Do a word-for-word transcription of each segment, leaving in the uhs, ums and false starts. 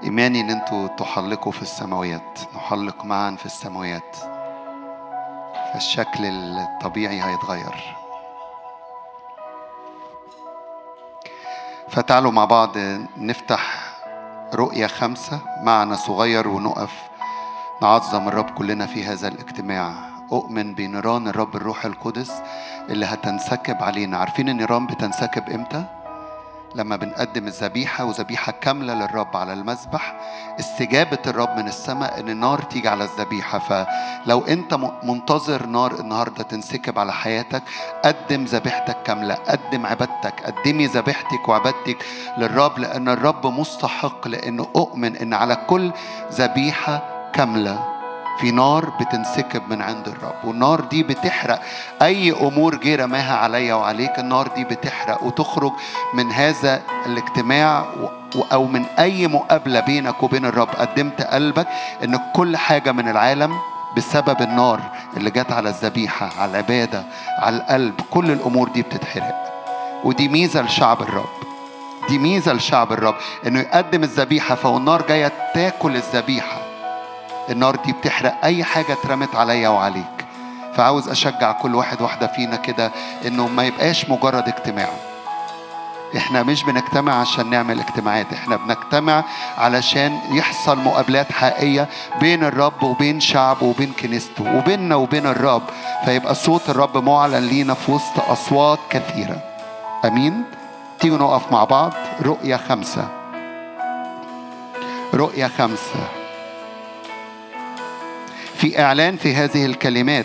إيماني إن أنتوا تحلقوا في السماويات، نحلق معا في السماويات، فالشكل الطبيعي هيتغير. فتعالوا مع بعض نفتح رؤية خمسة معنا صغير ونقف نعظم الرب كلنا في هذا الاجتماع. أؤمن بنيران الرب الروح القدس اللي هتنسكب علينا. عارفين النيران بتنسكب إمتى؟ لما بنقدم الذبيحة وذبيحة كاملة للرب على المذبح، استجابة الرب من السماء إن النار تيجي على الذبيحة. فلو أنت منتظر نار النهاردة تنسكب على حياتك، قدم ذبيحتك كاملة، قدم عبادتك، قدمي ذبيحتك وعبادتك للرب، لأن الرب مستحق. لأنه أؤمن إن على كل ذبيحة كاملة في نار بتنسكب من عند الرب، والنار دي بتحرق أي أمور جه رماها عليا وعليك. النار دي بتحرق وتخرج من هذا الاجتماع أو من أي مقابلة بينك وبين الرب. قدمت قلبك إن كل حاجة من العالم بسبب النار اللي جت على الذبيحة، على العبادة، على القلب، كل الأمور دي بتتحرق. ودي ميزة لشعب الرب، دي ميزة لشعب الرب، إنه يقدم الذبيحة فالنار جاية تاكل الذبيحة. النار دي بتحرق أي حاجة اترمت عليا وعليك. فعاوز أشجع كل واحد واحدة فينا كده إنه ما يبقاش مجرد اجتماع. إحنا مش بنجتمع عشان نعمل اجتماعات، إحنا بنجتمع علشان يحصل مقابلات حقيقية بين الرب وبين شعبه وبين كنيسته وبيننا وبين الرب، فيبقى صوت الرب معلن لينا في وسط أصوات كثيرة. أمين. تيجوا نقف مع بعض. رؤية خمسة، رؤية خمسة. في إعلان في هذه الكلمات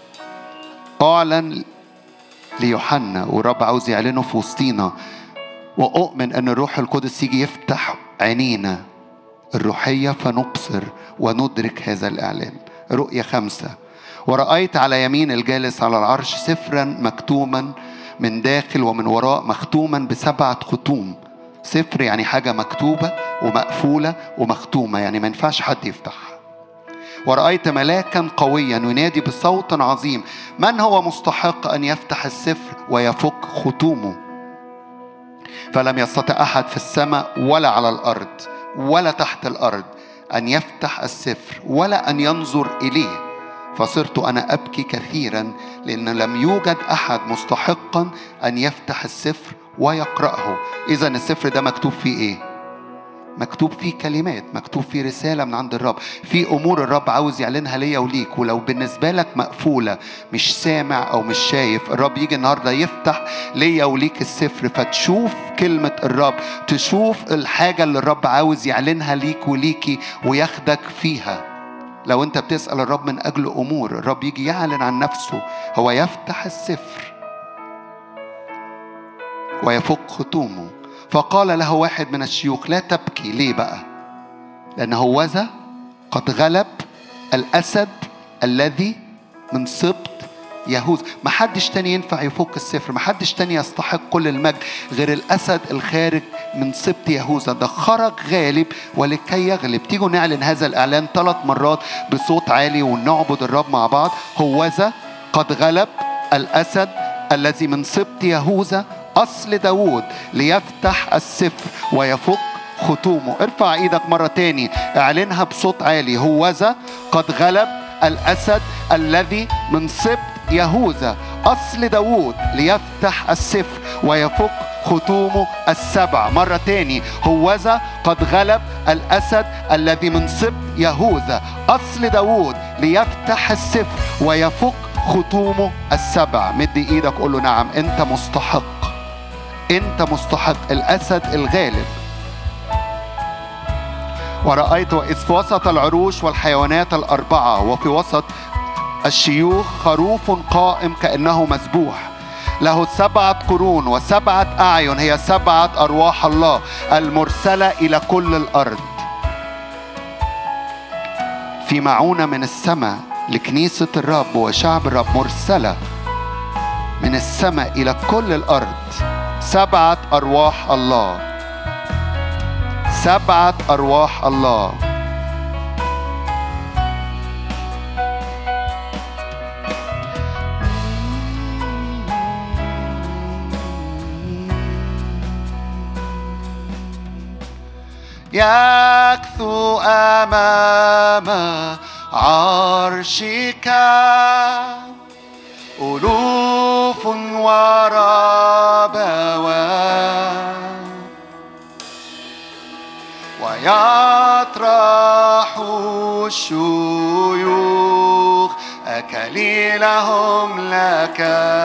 أعلن ليوحنا، والرب عاوز يعلنه في وسطينا. وأؤمن أن الروح القدس يجي يفتح عينينا الروحية فنبصر وندرك هذا الإعلان. رؤية خمسة. ورأيت على يمين الجالس على العرش سفرا مكتوما من داخل ومن وراء، مختوما بسبعة ختوم. سفر يعني حاجة مكتوبة ومقفولة ومختومة، يعني ما ينفعش حد يفتحها. ورأيت ملاكا قويا ينادي بصوت عظيم: من هو مستحق أن يفتح السفر ويفك ختومه؟ فلم يستطع أحد في السماء ولا على الأرض ولا تحت الأرض أن يفتح السفر ولا أن ينظر إليه. فصرت أنا أبكي كثيرا، لأن لم يوجد أحد مستحقا أن يفتح السفر ويقرأه. إذن السفر ده مكتوب فيه إيه؟ مكتوب فيه كلمات، مكتوب فيه رسالة من عند الرب، في أمور الرب عاوز يعلنها ليا وليك. ولو بالنسبة لك مقفولة، مش سامع أو مش شايف، الرب يجي النهاردة يفتح ليا وليك السفر، فتشوف كلمة الرب، تشوف الحاجة اللي الرب عاوز يعلنها ليك وليكي وياخدك فيها. لو أنت بتسأل الرب من أجل أمور، الرب يجي يعلن عن نفسه، هو يفتح السفر ويفك ختومه. فقال له واحد من الشيوخ: لا تبكي. ليه بقى؟ لأن هوذا قد غلب الأسد الذي من سبط يهوذا. ما حدش تاني ينفع يفك السفر، ما حدش تاني يستحق كل المجد غير الأسد الخارج من سبط يهوذا. ده خرج غالب ولكي يغلب. تيجوا نعلن هذا الإعلان ثلاث مرات بصوت عالي ونعبد الرب مع بعض. هوذا قد غلب الأسد الذي من سبط يهوذا أصل داود ليفتح السفر ويفك ختومه. ارفع ايدك مرة تاني، اعلنها بصوت عالي. هوذا قد غلب الأسد الذي من سبط يهوذا أصل داود ليفتح السفر ويفك ختومه السبع. مرة تاني. هوذا قد غلب الأسد الذي من سبط يهوذا أصل داود ليفتح السفر ويفك ختومه السبع. مد ايدك قول له: نعم انت مستحق، انت مستحق، الأسد الغالب. ورأيت إذ في وسط العروش والحيوانات الأربعة وفي وسط الشيوخ خروف قائم كأنه مذبوح، له سبعة قرون وسبعة أعين، هي سبعة أرواح الله المرسلة إلى كل الأرض. في معونة من السماء لكنيسة الرب وشعب الرب، مرسلة من السماء إلى كل الأرض. سبعة أرواح الله، سبعة أرواح الله. يكثو أمام عرشك ألوف وربوات ويطرح الشيوخ أكليلهم لك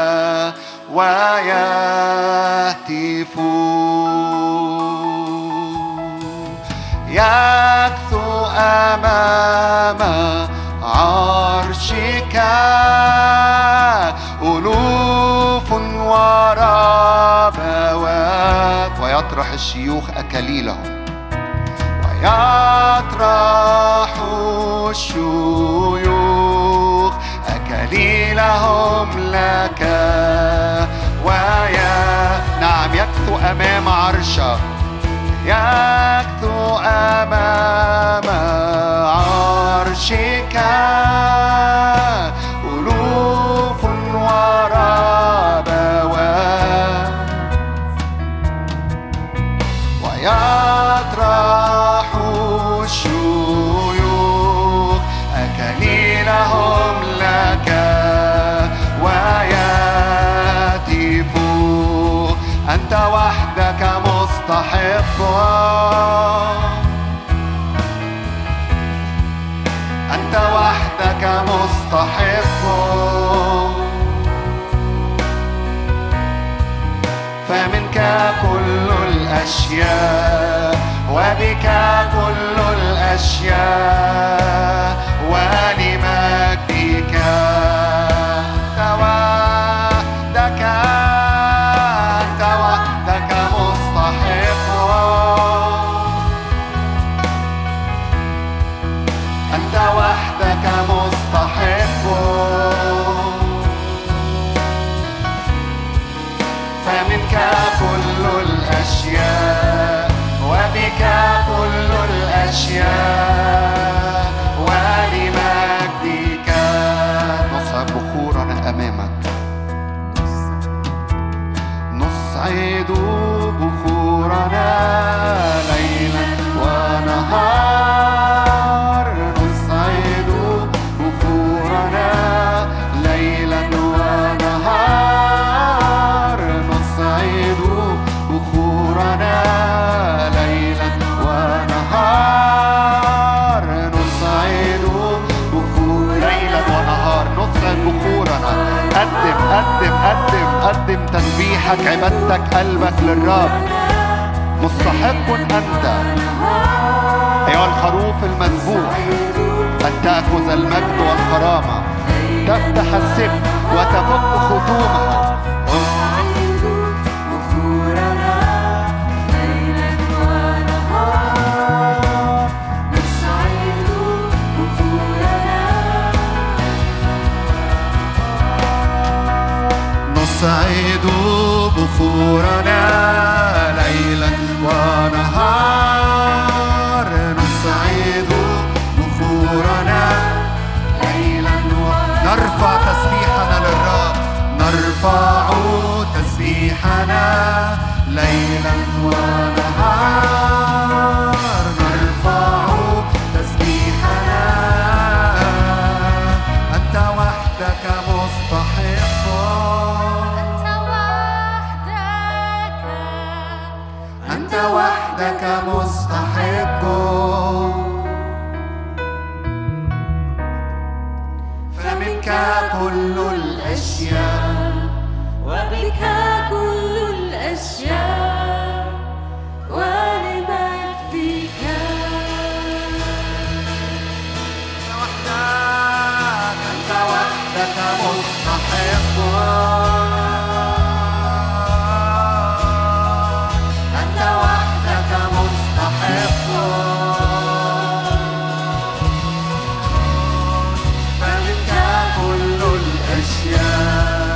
ويهتفون يكثو أمام عرشك ألوف وربوات ويطرح الشيوخ أكليلهم ويطرح الشيوخ أكليلهم لك ويا نعم يكثو أمام عرشك يكثو أمام عرشك ألوف وربوات ويطرح الشيوخ أكليلهم لك ويهتفون أنت وحدك مستحق أنت وحدك مستحق فمنك كل الأشياء وبك كل الأشياء ولمجدك أنت وحدك أنت وحدك مستحق أنت وحدك مستحق فمنك كل الأشياء وبك كل الأشياء ولمجدك نصعد بخورنا أمامك نصعد بخورنا ليلا ونهار نصعد بخورنا ليلا ونهار نصعد بخورنا ليلا ونهار نصعد بخور ليلا ونهار نصعد بخورنا قدم قدم قدم قدم تسبيحك عبادتك قلبك للرب مستحق أنت أيها الخروف المذبوح أن تأخذ المجد والكرامة تفتح السجن وتفك ختومه نصعد بخورنا ليلا ونهار نصعد بخورنا ليلا ونرفع تسبيحنا للرب نرفع تسبيحنا ليلا ونهار نرفع تسبيحنا أنت وحدك مستحق أنت وحدك مستحق فمنك كل الأشياء وبك كل الأشياء ولمجدك أنت وحدك مستحق أنت وحدك مستحق فمنك كل الأشياء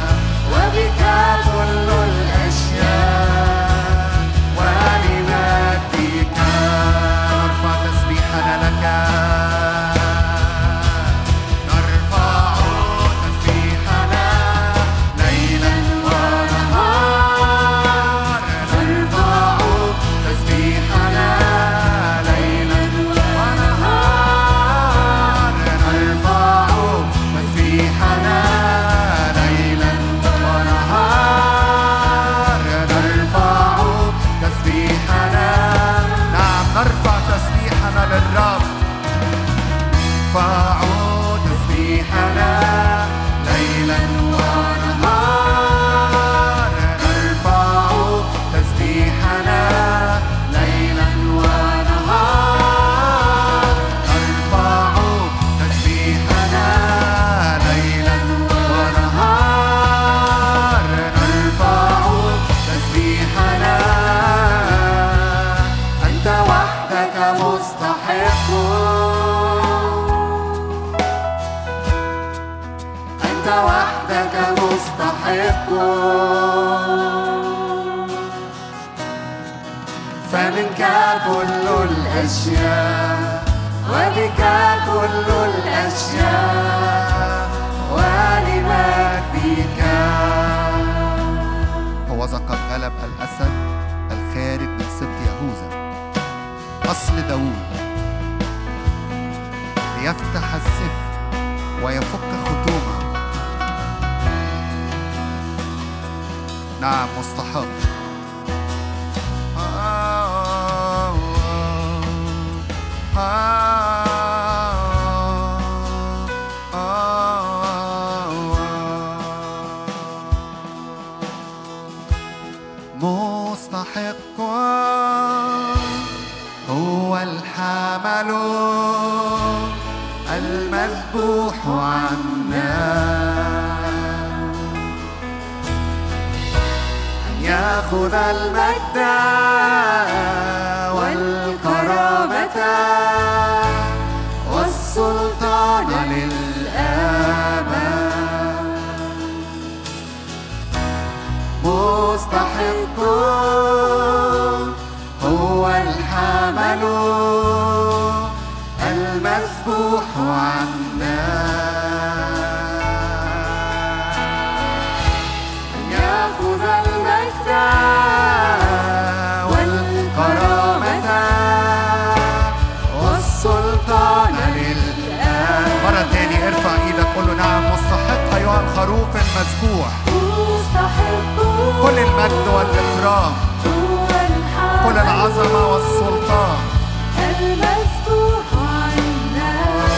نرفع تسبيحنا للرب. فاعوا تسبيحنا ليلا ونهار، نرفع تسبيحنا ليلا ونهار، نرفع تسبيحنا ليلا ونهار، نرفع تسبيحنا. أنت وحدك مستحق، أنت وحدك مستحق، فمنك كل الأشياء وبك كل الأشياء ولمجدك. هوذا قد غلب الأسد الخارج من سبط يهوذا، أصل داوود، ليفتح السفر ويفك ختومه. نعم مستحق. مستحق هو الحمل المذبوح عنا، أن يأخذ المجد والكرامة والسلطان للأبد. مستحق هو الحمل المذبوح عنا، أن يأخذ المجد والكرامة والسلطان للآب. مرة تاني ارفع ايدك قول له نعم مستحق أيها الخروف المذبوح، مستحق كل المجد والإكرام، كل العظمة والسلطان المذبوح عنا،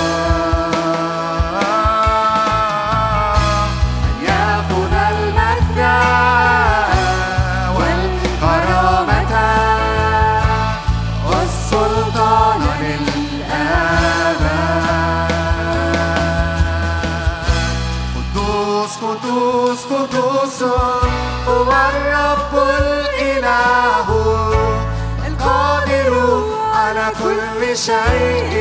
أن يأخذ المجد والكرامة والسلطان للأبد. قدوس قدوس قدوس هو الرب الإله القادر على كل شيء،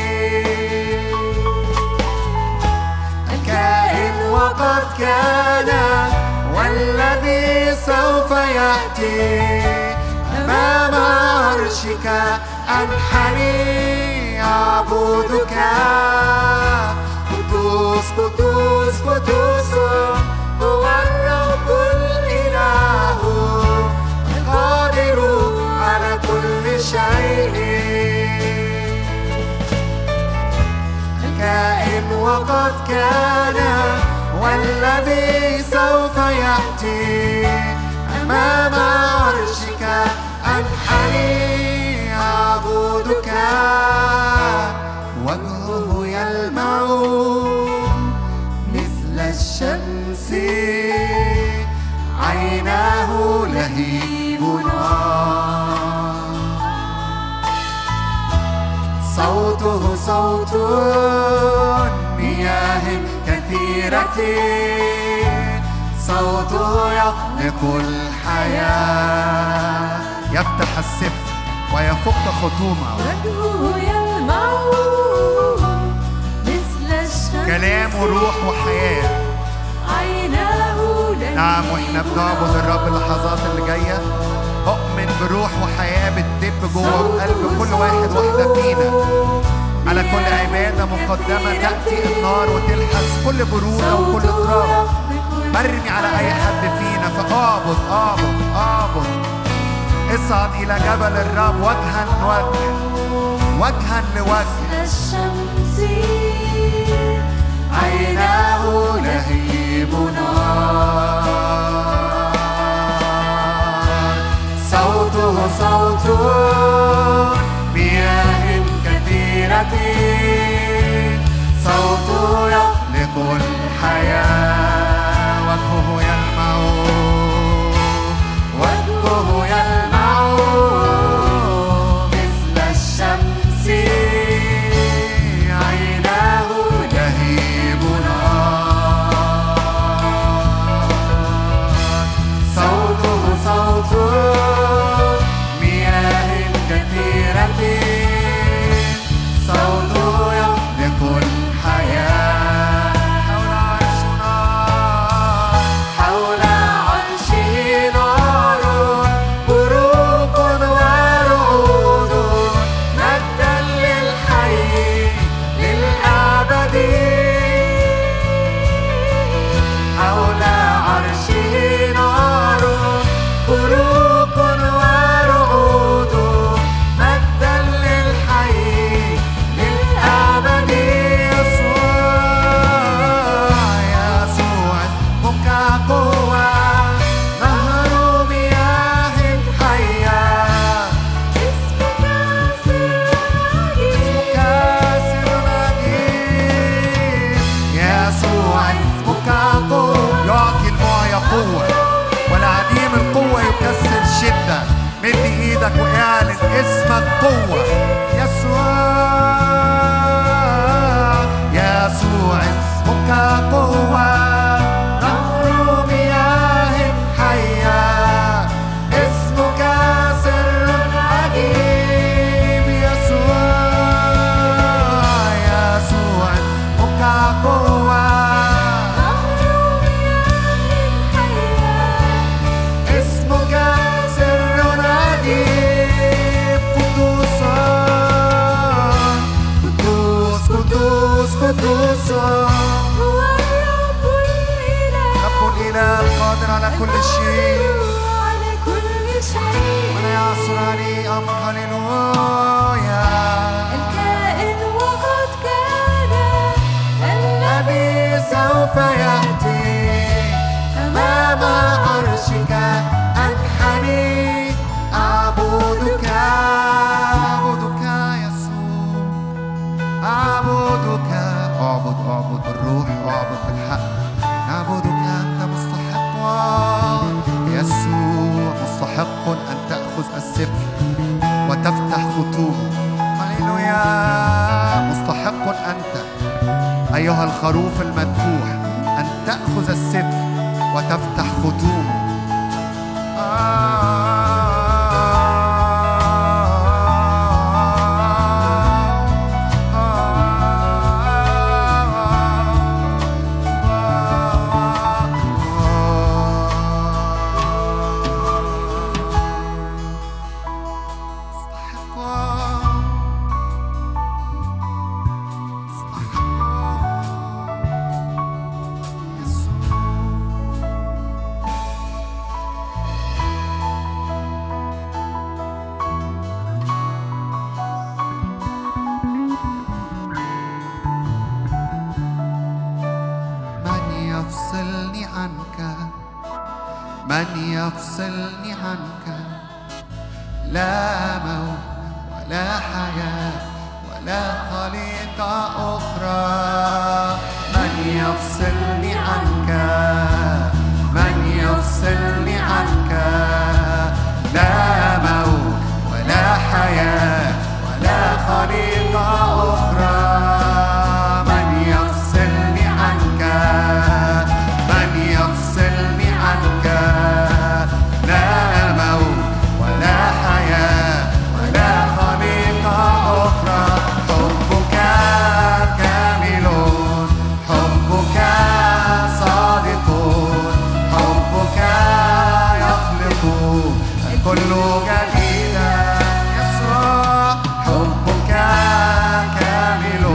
الكائن وقد كان والذي سوف يأتي، أمام عرشك أنحني أعبدك. قدوس قدوس قدوس هو الرب الإله القادر على كل شيء، الكائن وقد كان والذي سوف يأتي، أمام عرشك أنحني أعبدك. وجهه يلمع مثل الشمس، عيناه لهيب نار، صوته صوت مياه كثيرة، صوته يخلق الحياة. يفتح السفر ويفك ختومه، وجهه يلمع مثل الشمس، كلامه روح وحياة، عيناه لهيب. نعم واحنا بنعبد الرب اللحظات اللي جاية أؤمن بروح وحياة بتدب جوه قلب كل واحد واحدة فينا. على كل عبادة مقدمة تأتي النار وتلحس كل برودة وكل تراب مرمي على أي حد فينا. فأعبد أعبد أعبد، اصعد إلى جبل الرب وجها لوجه، وجها لوجه. الشمس عيناه لهيب نار، صوته صوت كثيرة، صوته يخلق الحياة، وجهه يلمع وجهه يلمع مثل الشمس، عيناه لهيب نار، صوته صوت مياه كثيرة، صوته يخلق الحياة، حول عرشه نار، بروق ورعود، مجدا للحي للأبد، حول عرشه نار، بروق ورعود، مجدا للحي للأبد. يسوع يسوع اسمك قوة، نهر مياه حية، اسمك سر عجيب، يسوع اسمك قوة، يعطي المعيا قوة والعديم القوة يكسر شدة. مد ايدك واعلن اسمك قوة. يسوع يسوع اسمك قوة، نهر مياه حية، اسمك سر عجيب. يسوع يسوع اسمك قوة، اسمك سر عجيب. قدوس قدوس قدوس قدوس هو الرب الإله، رب الإله القادر على كل شيء، على كل شيء، ولا يعصر عليه أمر. هللويا. الكائن وقد كان، الذي الذي سوف يأتي أمام عرشك، أنحني أعبدك أعبدك يسوع، أعبدك. أعبد أعبد بالروح، أعبد بالحق، نعبدك. أنت مستحق يسوع، مستحق أن تأخذ السفر وتفتح ختومه. هللويا. مستحق أنت أيها الخروف المذبوح أن تأخذ السفر وتفتح ختومه. من يفصلني عنك، لا موت ولا حياة ولا خليقة أخرى. من يفصلني عنك، من يفصلني عنك، لا موت ولا حياة ولا خليقة أخرى. من يفصلني عنك، من يفصلني عنك، لا موت ولا حياة ولا خليقة أخرى. حبك كامل، حبك صادق، حبك يخلق الكل جديدا. يسوع حبك كامل،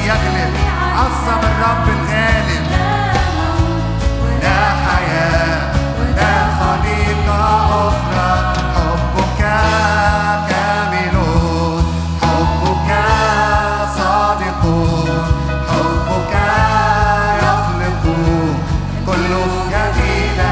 يغلب. عظم الرب الغالب. لا حياة ولا خليقة أخرى. حبك كامل، حبك صادق، حبك يخلق كل جديدة.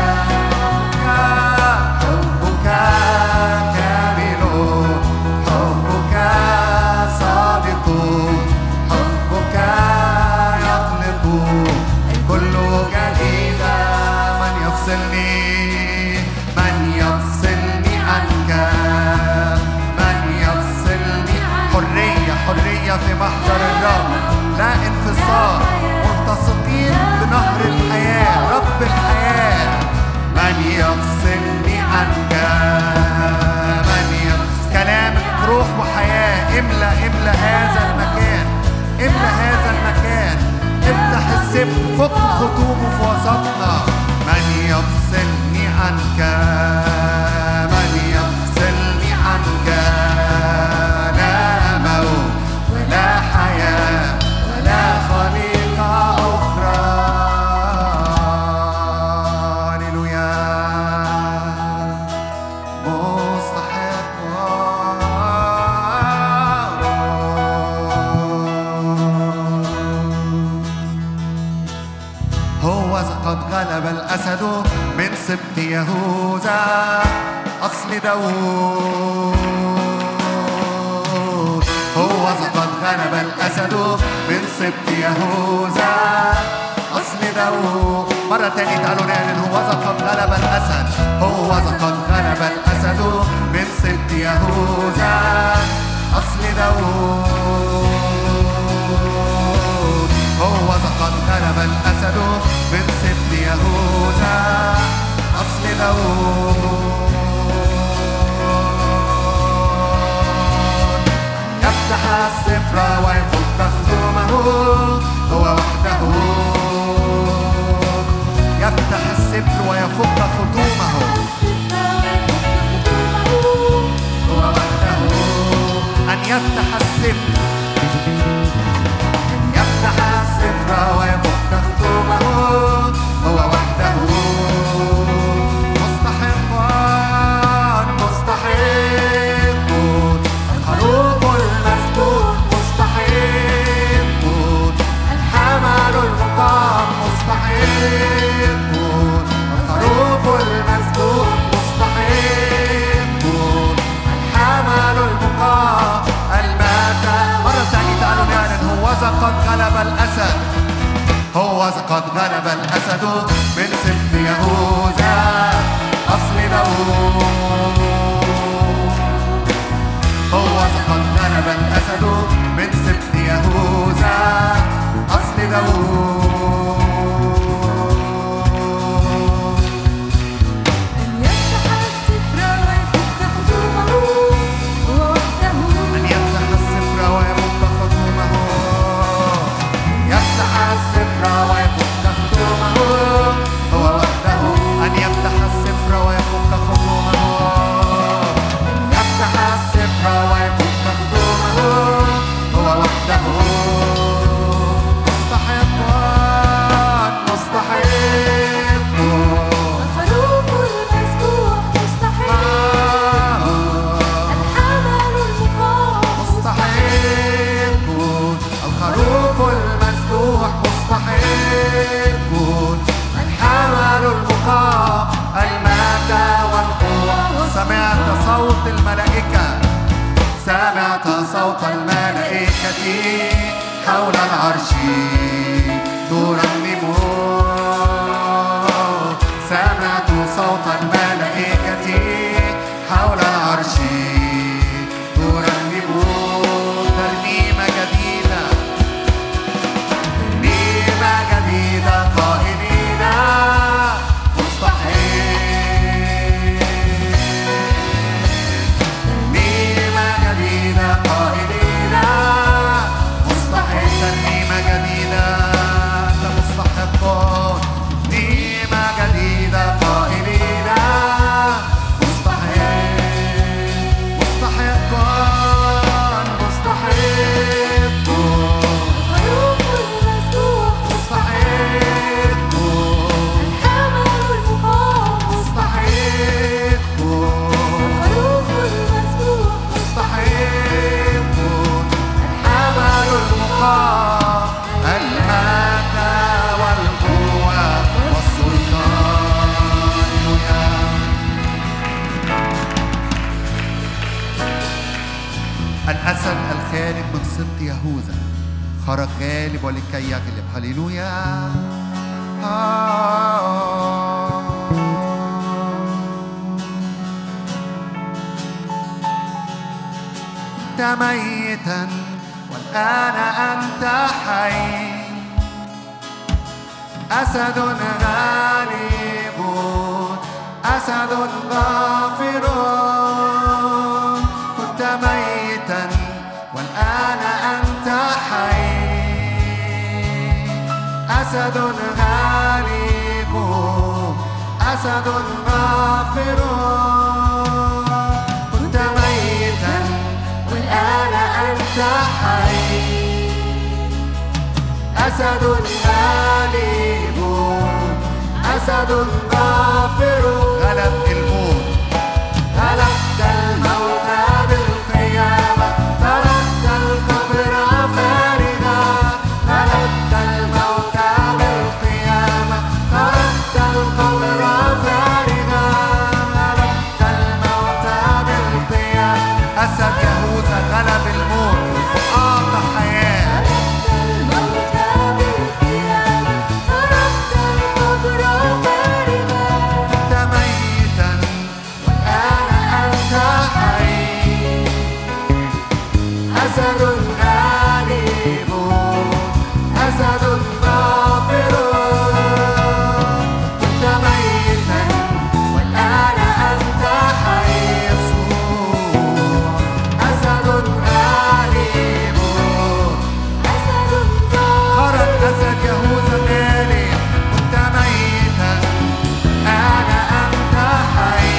حبك كامل، حبك صادق، حبك يخلق كل جديدة. من يفصلني من يفصلني عنك، من يفصلني. حرية حرية في محضر الرب، لا انفصال، ملتصقين بنهر الحياة، رب الحياة. من يفصلني عنك، من يفصل. كلامك روح وحياة. املأ املأ هذا المكان، املأ هذا المكان. افتح السفر، فك خطومه في وسطنا. من يفصلني عنك، من يفصلني عنك. لا موت ولا حياة ولا خليقة أخرى. هللويا. مستحق هو قد غلب الأسد من سبط يهوذا، أصل داوود. هو قد غلب الأسد من سبط يهوذا، أصل داوود. مرة تانية تعالوا نعلن هو قد غلب الأسد. هو قد غلب الأسد من سبط يهوذا، أصل داوود. هو قد غلب الأسد من سبط يهوذا، أصل داوود. يفتح السفر ويفك خطومه، هو وحده. يفتح السفر ويفك خطومه، هو وحده. أن يفتح السفر، يفتح السفر ويفك خطومه، هو وحده. مستحق مستحق الخروف المسبوح، مستحق الحمل المقام، مستحق الخروف المسبوح، مستحق الحمل المقام الماتة. مرة ثانية تعالوا نعلن هو قد غلب الأسد. هو قد غلب الأسد من سبط يهوذا، أصل داوود. هو قد غلب الأسد من سبط يهوذا، أصل داوود. أن يفتح السفر ويفك خطومه، هو وحده. أن يفتح السفر ويفك خطومه، يفتح السفر ويفك خطومه، هو وحده. أن يفتح السفر ويفك خطومه، يفتح السفر ويفك خطومه، هو وحده. مستحق مستحق الخروف المسبوح، مستحق الحمل المقام، مستحق الخروف المسبوح، مستحق الحمل المقام المادة والقوة. سمعت صوت الملائكة، سمعت صوت الملائكة حول العرش ترنم. سمعت صوت الملائكة حول العرش ترنم. ترنيمة جديدة، ترنيمة جديدة قائلين مستحيل. ترنيمة جديدة قائلين مستحيل. ترنيمة جديدة، أنت مستحق الخارج من سبط يهوذا خرج غالب ولكي يغلب. هللويا. كنت ميتا والآن أنت حي، أسد غالب أسد غافر. كنت ميتا والآن أنت حي، أسد غالب أسد غافر. كنت ميتا والآن أنت حي، أسد غالب أسد غافر. غلب الموت غلبت الموت بالقيامة، تركت القبر فارغا. غلبت الموت بالقيامة، تركت القبر فارغا. غلبت الموت بالقيامة. أسد يهوذا غلب الموت أعطى حياة. غلبت الموت بالقيامة، تركت القبر فارغا. كنت ميتا والآن أنت حي، أسد غالب أسد غافر. كنت ميتا والآن أنت حي، يسوع أسد غالب أسد غافر. خرج أسد يهوذا غالب. كنت ميتا الآن أنت حي،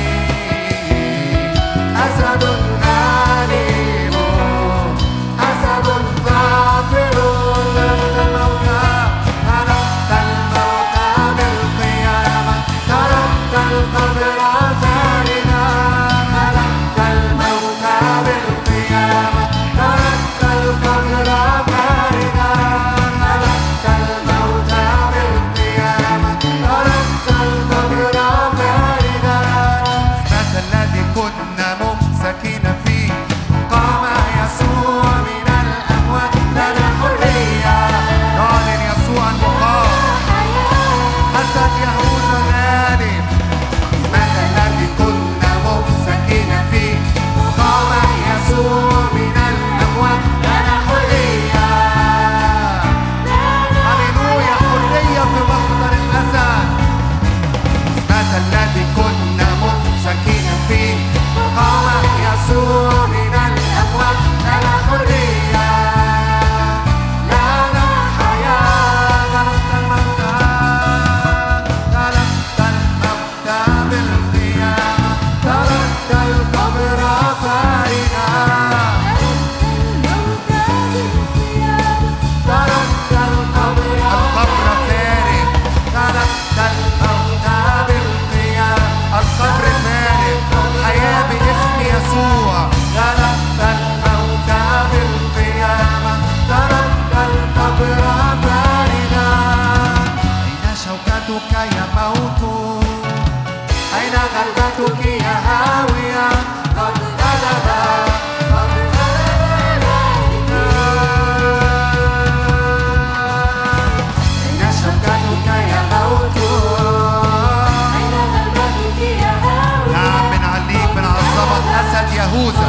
أسد غالب أسد غافر. غلبت الموت غلبت الموت بالقيامة، تركت القبر فارغا. غلبت الموت بالقيامة، تركت القبر فارغا. غلبت الموت بالقيامة، تركت القبر فارغا. مات الذي كنا ممسكين فيه، قام يسوع من الأموات، لنا حرية. نعلن يسوع المقام، أسد يهوذا غالب. مات الذي كنا ممسكين فيه، قام يسوع من الأموات، لنا حرية. هللويا، حرية في محضر الأسد. مات الذي كنا ممسكين فيه، قام يسوع من الأموات، لنا حرية لنا حياة. غلبت الموت غلبت الموت بالقيامة، تركت القبر فارغا. تركت القبر القبر فارغ. غلبت الموت بالقيامة، القبر فارغ. حياة باسم يسوع. غلبت الموت بالقيامة، تركت القبر فارغا. أين شوكتك يا موت؟ أين غلبتك يا هاوية؟ قد غلب قد غلب ذلك. أين شوكتك يا موت؟ أين غلبتك يا هاوية؟ نعم، بنعليك بنعظمك أسد يهوذا.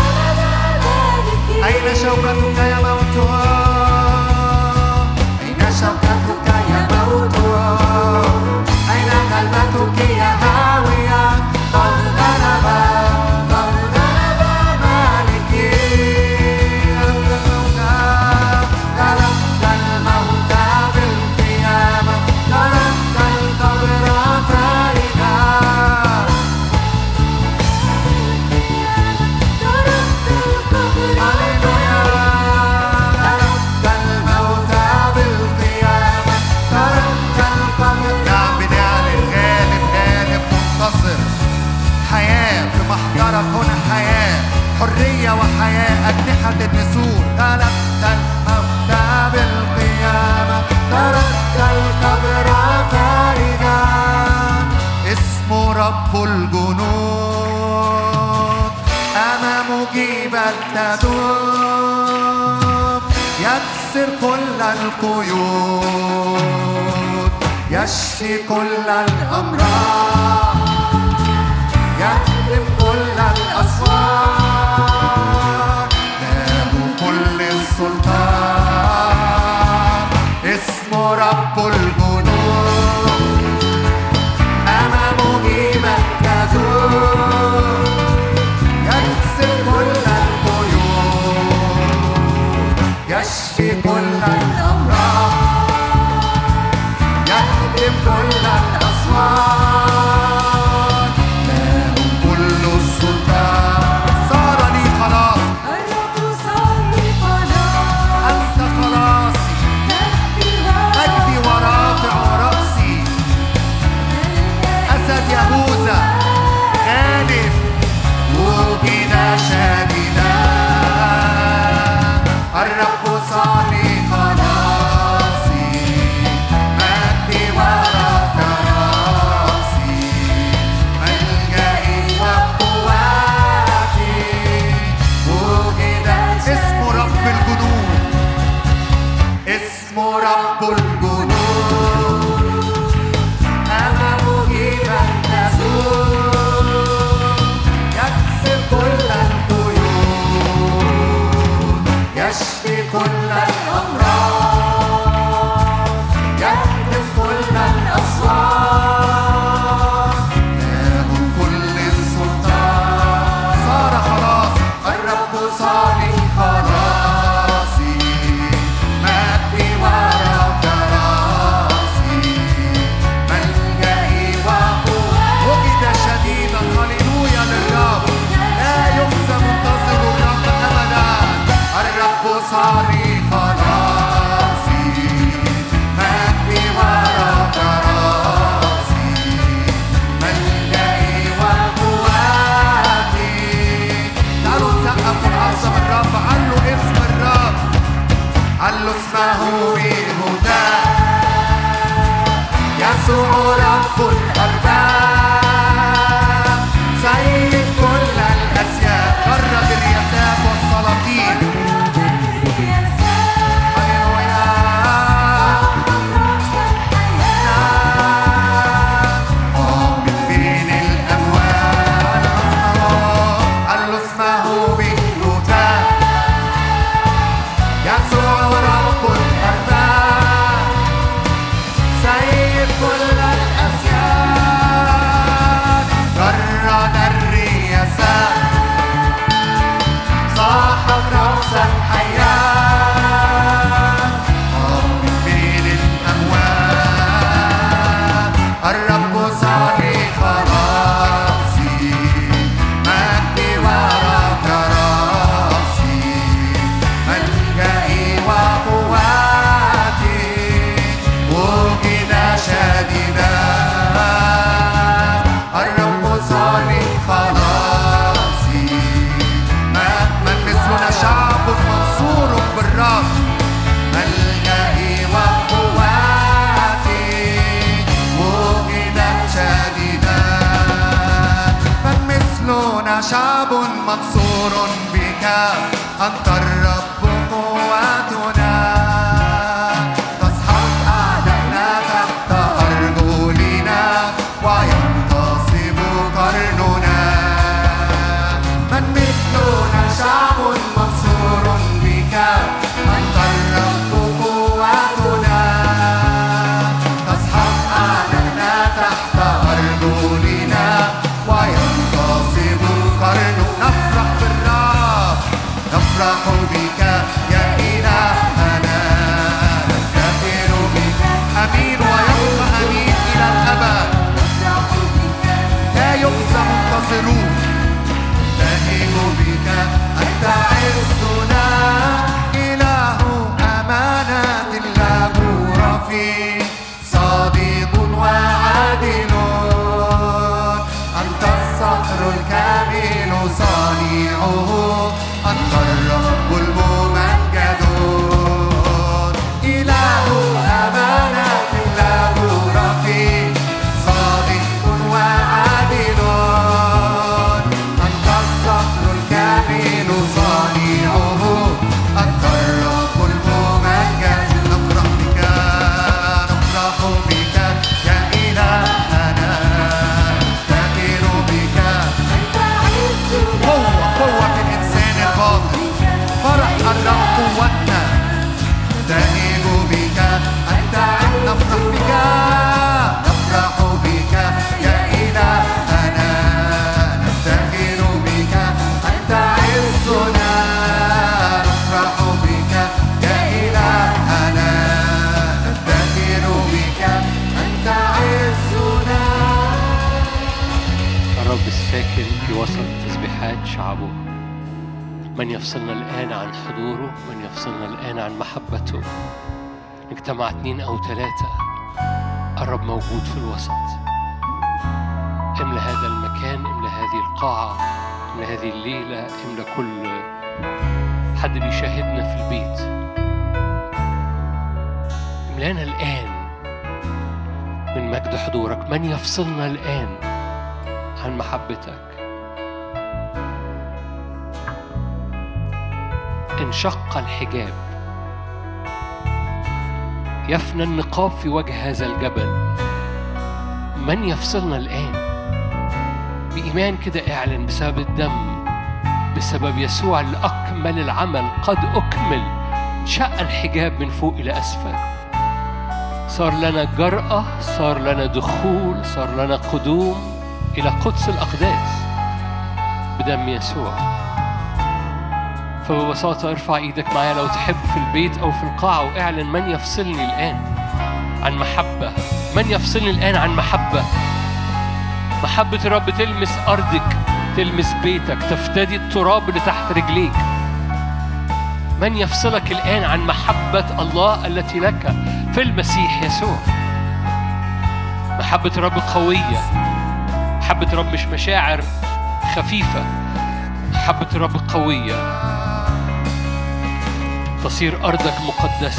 أين شوكتك يا موت؟ أين شوكتك يا موت؟ أين غلبتك يا هاوية؟ قد غلب قد غلب مالكي. غلبت الموت غلبت الموت بالقيامة، تركت القبر فارغا. هللويا. غلبت الموت بالقيامة، تركت القبر. نعم، بنعلن غالب غالب منتصر. حياة في محضرك هنا، حياة حرية وحياة أجنحة النسور. غلبت الموت بالقيامة، تركت القبر فارغا. اسم رب الجنود أمام جبال تدور. يكسر كل القيود، يشفي كل الأمراض، يهدم كل الأسوار، له كل السلطان. اسمه رب الجنود، أمامه مجدود، يكسر كل القيود، يشفي كل الأمراض، يهدم كل الأسوار، له كل السلطان. صار لي خلاص، الرب صار لي خلاص، أنت خلاصي، مجدي ورافع رأسي، أسد يهوذا غالب، وجد شديدا. الرب صار لي خلاصي، مجدي ورافع رأسي، ملجئي وقوتي، وجد. اسمه رب الجنود، اسمه رب الجنود، أمامه مجدود، يكسر كل القيود، يشفي كل الأمراض، يهدم كل الأسوار، له كل السلطان. صار خلاص، الرب صار لي خلاصي، مجدي ورافع رأسي، ملجئي وقوتي، وجد شديدا. هللويا للرب، لا يخزى منتظر الرب أبدا. الرب صار لي خلاصي، مجدي ورافع رأسي، ملجئي وقوتي. تعالوا نسقف ونعظم الرب، علوا اسم الرب، علوا اسمه بالهدى. يسوع رب الأرباب، سيد كل الأسياد، جرد الرياسات والسلاطين. هللويا. من بين الأموال علوا اسمه بالهدى. يسوع رب الأرباب، سيد كل الأسياد، جرد الرياسات، صاحب رأس الحياة، من بين الأموال. الرب صار لي خلاصي، مجدي ورافع رأسي، ملجئي وقوتي، وجد شديدا. الرب صار لي خلاصي، من مثلنا شعب منصور بالرب، ملجئي وقوتي، وجد شديدا. من مثلنا شعب منصور بك، أنت الرب قوتنا. تسحق أعداءنا تحت أرجلنا، وينتصب قرننا. من مثلنا شعب منصور بك، أنت الرب قوتنا. تسحق أعداءنا تحت أرجلنا، وينتصب قرننا. نفرح بالرب، نفرح من يفصلنا الآن عن حضوره، من يفصلنا الآن عن محبته. اجتمع اتنين أو ثلاثة، الرب موجود في الوسط. املى هذا المكان، املى هذه القاعة، املى هذه الليلة، املى كل حد بيشاهدنا في البيت. املانا الآن من مجد حضورك. من يفصلنا الآن عن محبتك. انشق الحجاب، يفنى النقاب في وجه هذا الجبل. من يفصلنا الآن؟ بإيمان كده اعلن بسبب الدم، بسبب يسوع اللي أكمل العمل، قد أكمل. شق الحجاب من فوق إلى أسفل، صار لنا جرأة، صار لنا دخول، صار لنا قدوم إلى قدس الأقداس بدم يسوع. فببساطة ارفع ايدك معايا لو تحب في البيت أو في القاعة واعلن من يفصلني الآن عن محبة. من يفصلني الآن عن محبة. محبة الرب تلمس أرضك، تلمس بيتك، تفتدي التراب اللي تحت رجليك. من يفصلك الآن عن محبة الله التي لك في المسيح يسوع. محبة الرب قوية، محبة الرب مش مشاعر خفيفة، محبة الرب قوية. تصير أرضك مقدسة.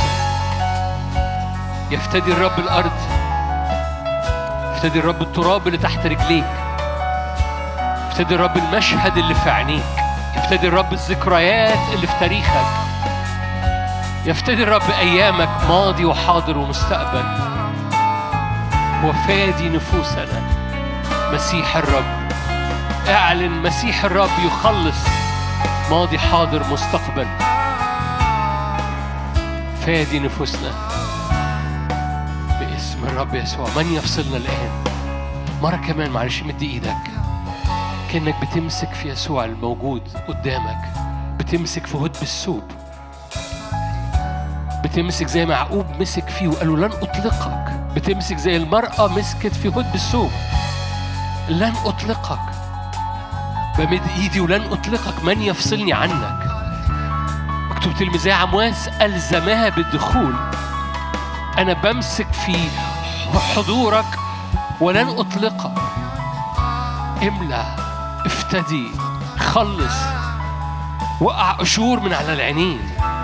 يفتدي الرب الأرض، يفتدي الرب التراب اللي تحت رجليك، يفتدي الرب المشهد اللي في عينيك، يفتدي الرب الذكريات اللي في تاريخك، يفتدي الرب أيامك ماضي وحاضر ومستقبل. هو فادي نفوسنا مسيح الرب. اعلن مسيح الرب يخلص ماضي حاضر مستقبل. فادي نفوسنا باسم الرب يسوع. من يفصلنا الآن؟ مرة كمان معلش مد ايدك كأنك بتمسك في يسوع الموجود قدامك، بتمسك في هد بالثوب، بتمسك زي ما يعقوب مسك فيه وقال له لن أطلقك، بتمسك زي المرأة مسكت في هد بالثوب. لن أطلقك، بمد ايدي ولن أطلقك. من يفصلني عنك؟ مكتوب تلميذي عمواس ألزمها بالدخول. أنا بمسك في حضورك ولن أطلقك. املى، افتدي، خلص، وقع قشور من على العينين،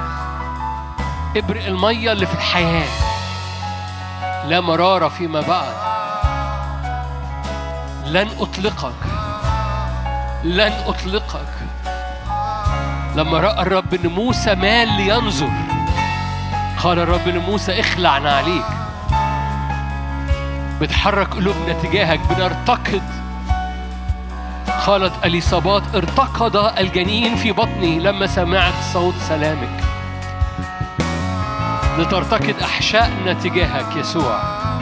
ابرق المية اللي في الحياة، لا مرارة فيما بعد. لن أطلقك، لن أطلقك. لما رأى الرب أن موسى مال لينظر، قال الرب لموسى اخلع نعليك. بتحرك قلوبنا تجاهك، بنرتقد. قالت اليصابات ارتقد الجنين في بطني لما سمعت صوت سلامك. لترتقد أحشائنا تجاهك يسوع،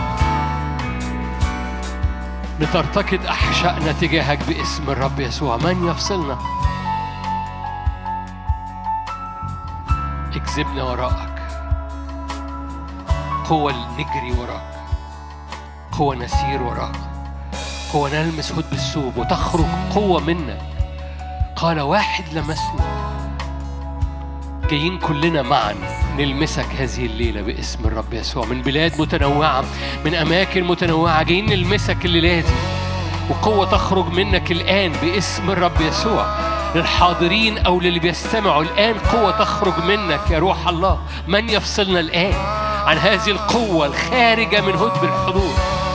لترتقد أحشائنا تجاهك باسم الرب يسوع. من يفصلنا؟ اكذبنا وراءك، قوة نجري وراك، قوة نسير وراك، قوة نلمس هد بالثوب وتخرج قوة منك. قال واحد لمسني. جايين كلنا معا نلمسك هذه الليلة باسم الرب يسوع، من بلاد متنوعة، من أماكن متنوعة، جايين نلمسك الليلة دي، وقوة تخرج منك الآن باسم الرب يسوع. للحاضرين أو للي بيستمعوا الآن، قوة تخرج منك يا روح الله. من يفصلنا الآن عن هذه القوة الخارجة من هدب الحضور؟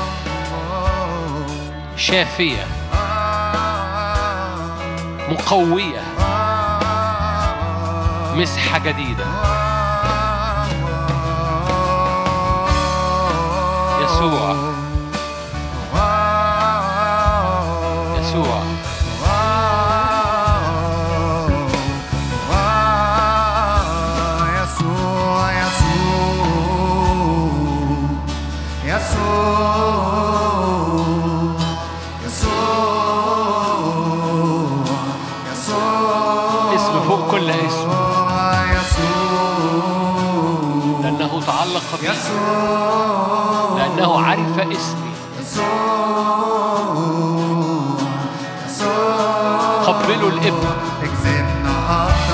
شافية، مقوية، مسحة جديدة. يسوع، يسوع، اسم فوق كل اسم، لأنه تعلق بي، لأنه عرف اسمي. قبلوا الابن.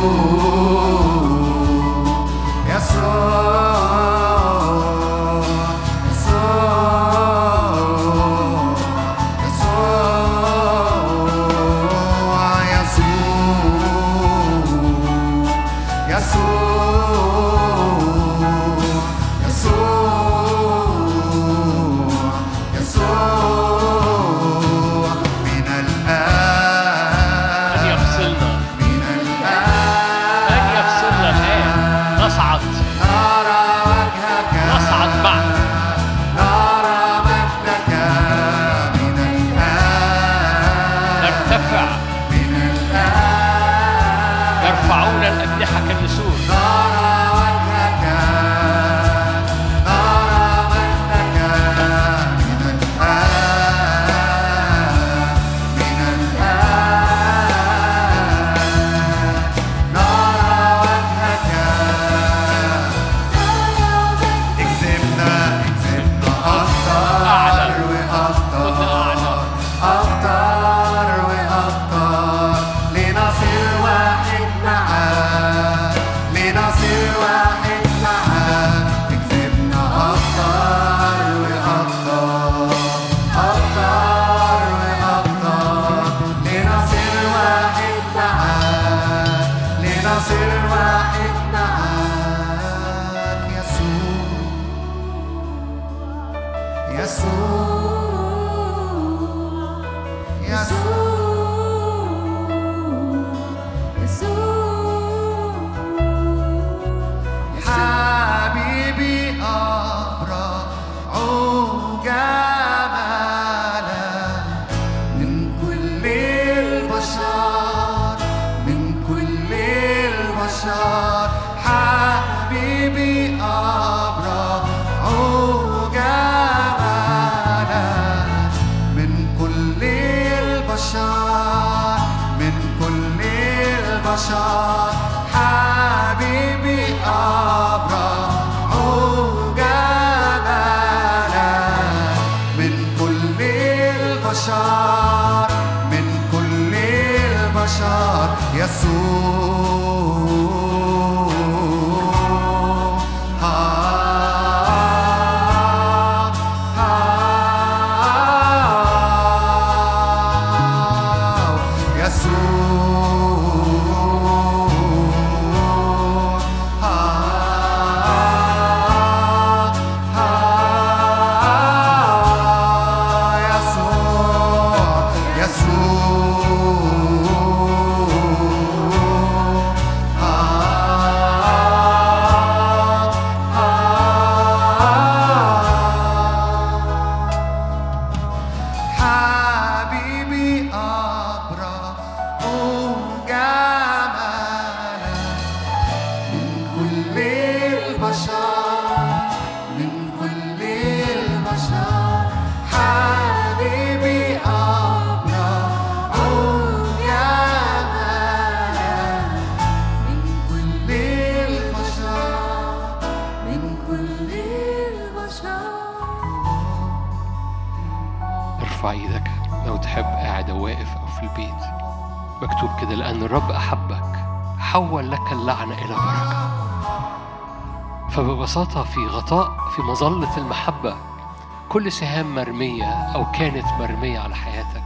فببساطة في غطاء في مظلة المحبة كل سهام مرمية أو كانت مرمية على حياتك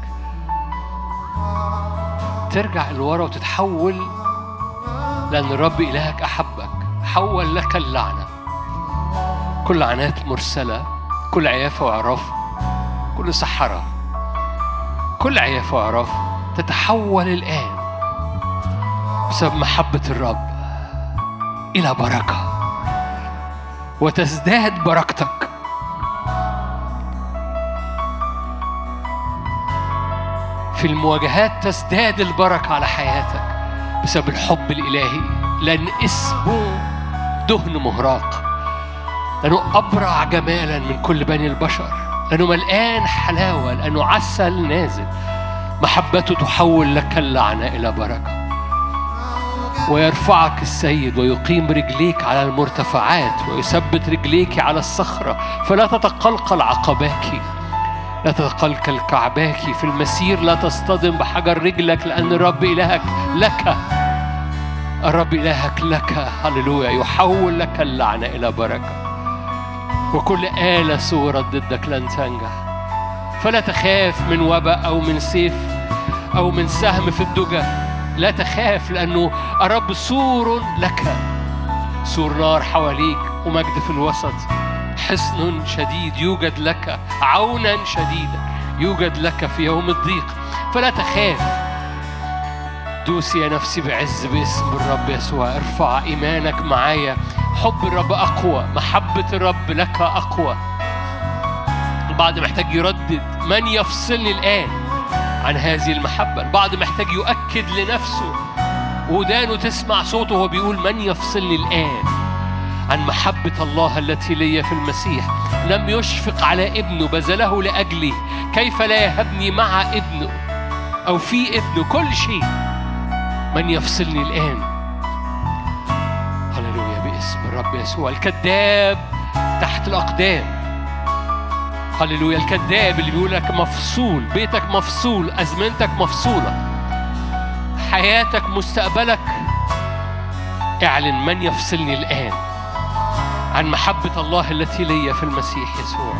ترجع لورا وتتحول، لأن الرب إلهك أحبك حول لك اللعنة. كل لعنات مرسلة، كل عيافة وعراف، كل سحرة، كل عيافة وعراف تتحول الآن بسبب محبة الرب إلى بركة، وتزداد بركتك. في المواجهات تزداد البركة على حياتك بسبب الحب الإلهي، لأن اسمه دهن مهراق، لأنه أبرع جمالا من كل بني البشر، لأنه ملآن حلاوة، لأنه عسل نازل. محبته تحول لك اللعنة إلى بركة، ويرفعك السيد ويقيم رجليك على المرتفعات ويثبت رجليك على الصخرة، فلا تتقلقل عقباك، لا تتقلقل كعباك في المسير، لا تصطدم بحجر رجلك، لأن الرب إلهك لك. الرب إلهك لك هللويا يحول لك اللعنة إلى بركة، وكل آلة صورت ضدك لن تنجح. فلا تخاف من وباء أو من سيف أو من سهم في الدجى، لا تخاف، لأنه الرب سور لك، سور نار حواليك ومجد في الوسط، حصن شديد يوجد لك، عونا شديدا يوجد لك في يوم الضيق. فلا تخاف. دوسي يا نفسي بعز باسم الرب يسوع. ارفع إيمانك معايا. حب الرب أقوى، محبة الرب لك أقوى. البعض محتاج يردد من يفصلني الآن عن هذه المحبة. البعض محتاج يؤكد لنفسه ودانه تسمع صوته وهو بيقول من يفصلني الآن عن محبة الله التي لي في المسيح. لم يشفق على ابنه بذله لأجلي، كيف لا يهبني مع ابنه أو في ابنه كل شيء. من يفصلني الآن. هللويا باسم الرب يسوع. الكذاب تحت الأقدام. هللويا. الكذاب اللي بيقول لك مفصول، بيتك مفصول، أزمنتك مفصولة، حياتك، مستقبلك. اعلن من يفصلني الآن عن محبة الله التي لي في المسيح يسوع.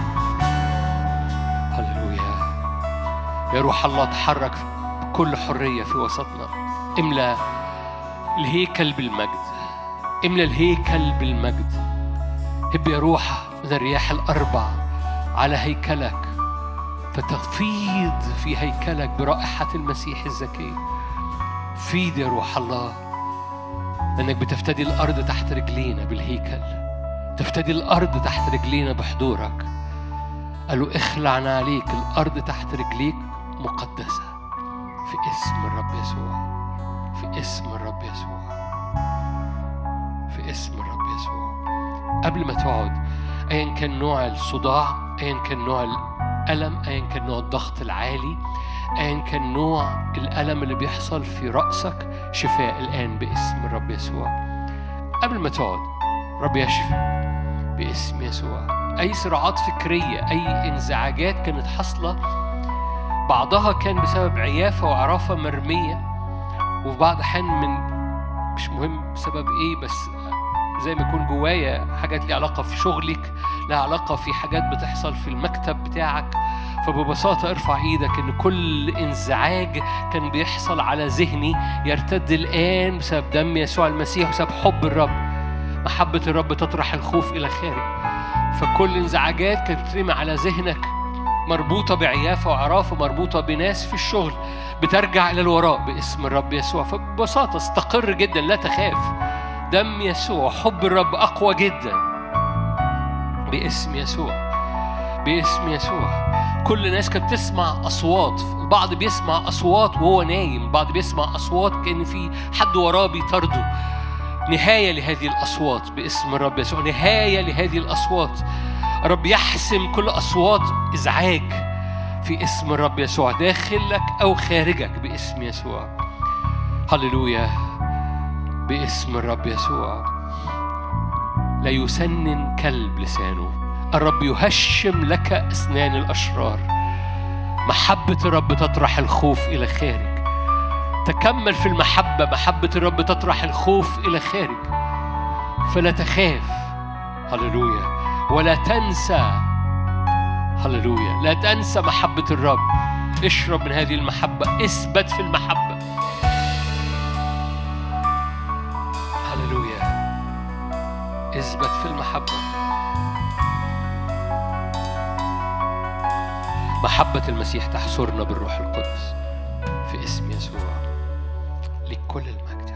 هللويا. يا روح الله تحرك بكل حرية في وسطنا. املأ الهيكل بالمجد، املأ الهيكل بالمجد. هب يا روح من الرياح الأربع على هيكلك، فتفيض في هيكلك برائحة المسيح الزكي. فيض يا روح الله، لأنك بتفتدي الأرض تحت رجلينا بالهيكل، تفتدي الأرض تحت رجلينا بحضورك. قالوا اخلعنا عليك، الأرض تحت رجليك مقدسة في اسم الرب يسوع، في اسم الرب يسوع، في اسم الرب يسوع. قبل ما تقعد، أيا كان نوع الصداع، أيا كان نوع الألم، أيا كان نوع الضغط العالي، أيا كان نوع الألم اللي بيحصل في رأسك، شفاء الآن باسم الرب يسوع. قبل ما تقعد، رب يشفي باسم يسوع. أي صراعات فكرية، أي انزعاجات كانت حاصلة، بعضها كان بسبب عيافة وعرافة مرمية، وفي بعض الأحيان من مش مهم بسبب إيه، بس زي ما يكون جوايا حاجات لها علاقة في شغلك، لها علاقة في حاجات بتحصل في المكتب بتاعك. فببساطة ارفع ايدك ان كل انزعاج كان بيحصل على ذهني يرتد الآن بسبب دم يسوع المسيح، بسبب حب الرب. محبة الرب تطرح الخوف إلى خارج. فكل انزعاجات كانت بترمي على ذهنك مربوطة بعيافة وعرافة، مربوطة بناس في الشغل، بترجع إلى الوراء باسم الرب يسوع. فببساطة استقر جدا، لا تخاف. دم يسوع، حب الرب أقوى جدا باسم يسوع، باسم يسوع. كل الناس كانت بتسمع أصوات، البعض بيسمع أصوات وهو نايم، البعض بيسمع أصوات كأن في حد وراه بيطرده. نهاية لهذه الأصوات باسم الرب يسوع، نهاية لهذه الأصوات. رب يحسم كل أصوات إزعاج في اسم الرب يسوع، داخلك أو خارجك باسم يسوع. هللويا باسم الرب يسوع. لا يسنن كلب لسانه، الرب يهشم لك أسنان الأشرار. محبة الرب تطرح الخوف إلى خارج. تكمل في المحبة، محبة الرب تطرح الخوف إلى خارج. فلا تخاف. هللويا. ولا تنسى، هللويا، لا تنسى محبة الرب. اشرب من هذه المحبة، اثبت في المحبة. هللويا. اثبت في المحبة. محبة المسيح تحصرنا بالروح القدس في اسم يسوع. لكل المجد.